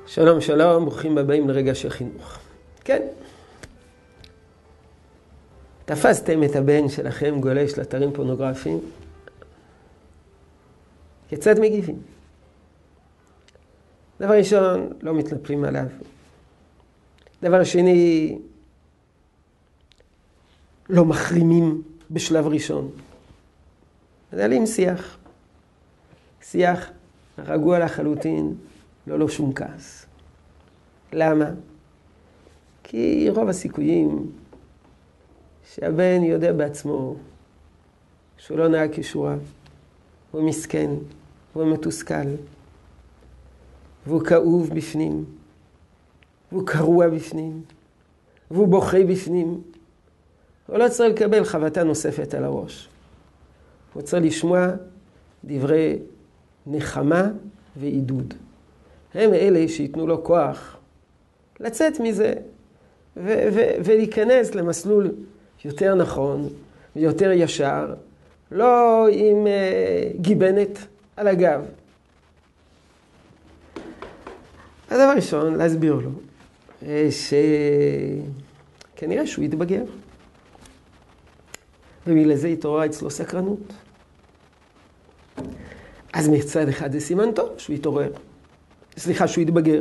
שלום שלום, ברוכים הבאים לרגע של חינוך. כן, תפסתם את הבן שלכם גולש לאתרים פורנוגרפיים? כיצד מגיבים? דבר ראשון, לא מתנפלים עליו. דבר שני, לא מחרימים בשלב ראשון. מנהלים שיח רגוע לחלוטין, לא שום כעס. למה? כי רוב הסיכויים שהבן יודע בעצמו שהוא לא נהג כשורה, הוא מסכן, הוא מתוסכל, והוא כאוב בפנים, והוא קרוע בפנים, והוא בוכה בפנים. הוא לא צריך לקבל חבטה נוספת על הראש. הוא צריך לשמוע דברי נחמה ועידוד. הם אלה שיתנו לו כוח לצאת מזה ולהיכנס למסלול יותר נכון ויותר ישר, לא עם גיבנת על הגב. הדבר ראשון, להסביר לו שכנראה שהוא יתבגר. ובגלל זה התעוררה אצלו סקרנות. אז מצד אחד זה סימן טוב שהוא יתעורר. שהוא יתבגר.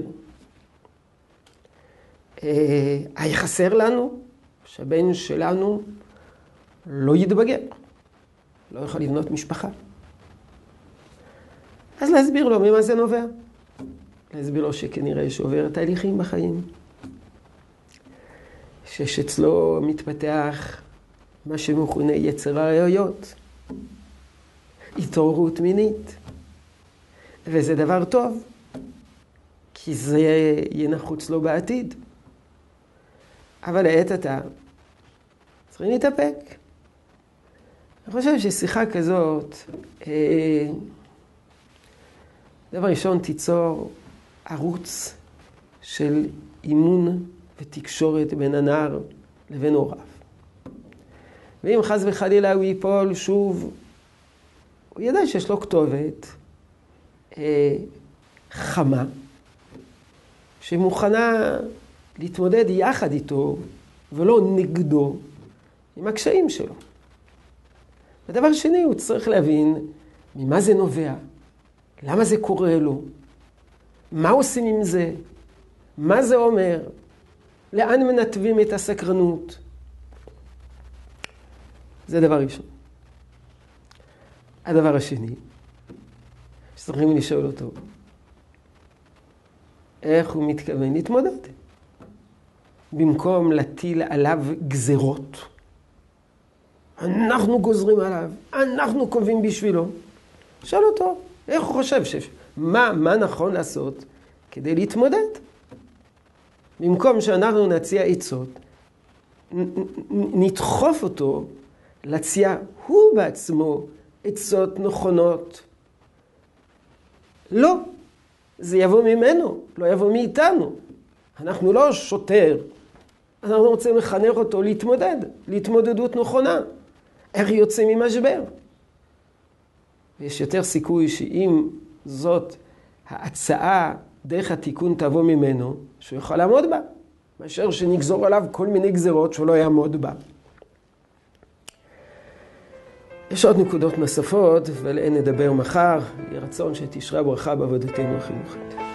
היה חסר לנו שהבן שלנו לא יתבגר. לא יכול לבנות משפחה. אז להסביר לו ממה זה נובע. להסביר לו שכנראה שעובר תהליכים בחיים. שאצלו מתפתח מה שמכונה יצר הרעיות. התעוררות מינית. וזה דבר טוב. כי זה יהיה נחוץ לו בעתיד. אבל לעת עתה צריכים להתאפק. אני חושב ששיחה כזאת, דבר ראשון תיצור ערוץ של אימון ותקשורת בין הנער לבין הוריו. ואם חס וחלילה הוא ייפול שוב, הוא ידע שיש לו כתובת חמה, שמוכנה להתמודד יחד איתו ולא נגדו עם הקשיים שלו. ודבר שני, הוא צריך להבין ממה זה נובע, למה זה קורה לו, מה עושים עם זה, מה זה אומר, לאן מנתבים את הסקרנות. זה דבר ראשון. הדבר השני, שצריכים לשאול אותו, איך הוא מתכוון להתמודד? במקום להטיל עליו גזרות. אנחנו גוזרים עליו, אנחנו קובעים בשבילו. שאל אותו, איך הוא חושב מה נכון לעשות כדי להתמודד? במקום שאנחנו נציע עצות, נדחוף אותו להציע הוא בעצמו עצות נכונות. לא. זה יבוא ממנו, לא יבוא מאיתנו. אנחנו לא שוטר. אנחנו רוצים לחנך אותו להתמודד, להתמודדות נכונה. איך יוצא ממשבר? ויש יותר סיכוי שאם זאת ההצעה דרך התיקון תבוא ממנו, שהוא יכול לעמוד בה, מאשר שנגזור עליו כל מיני גזרות שהוא לא יעמוד בה. יש עוד נקודות נוספות, ועליהן נדבר מחר. יהיה רצון שתשרה ברכה בעבודתנו החינוכית.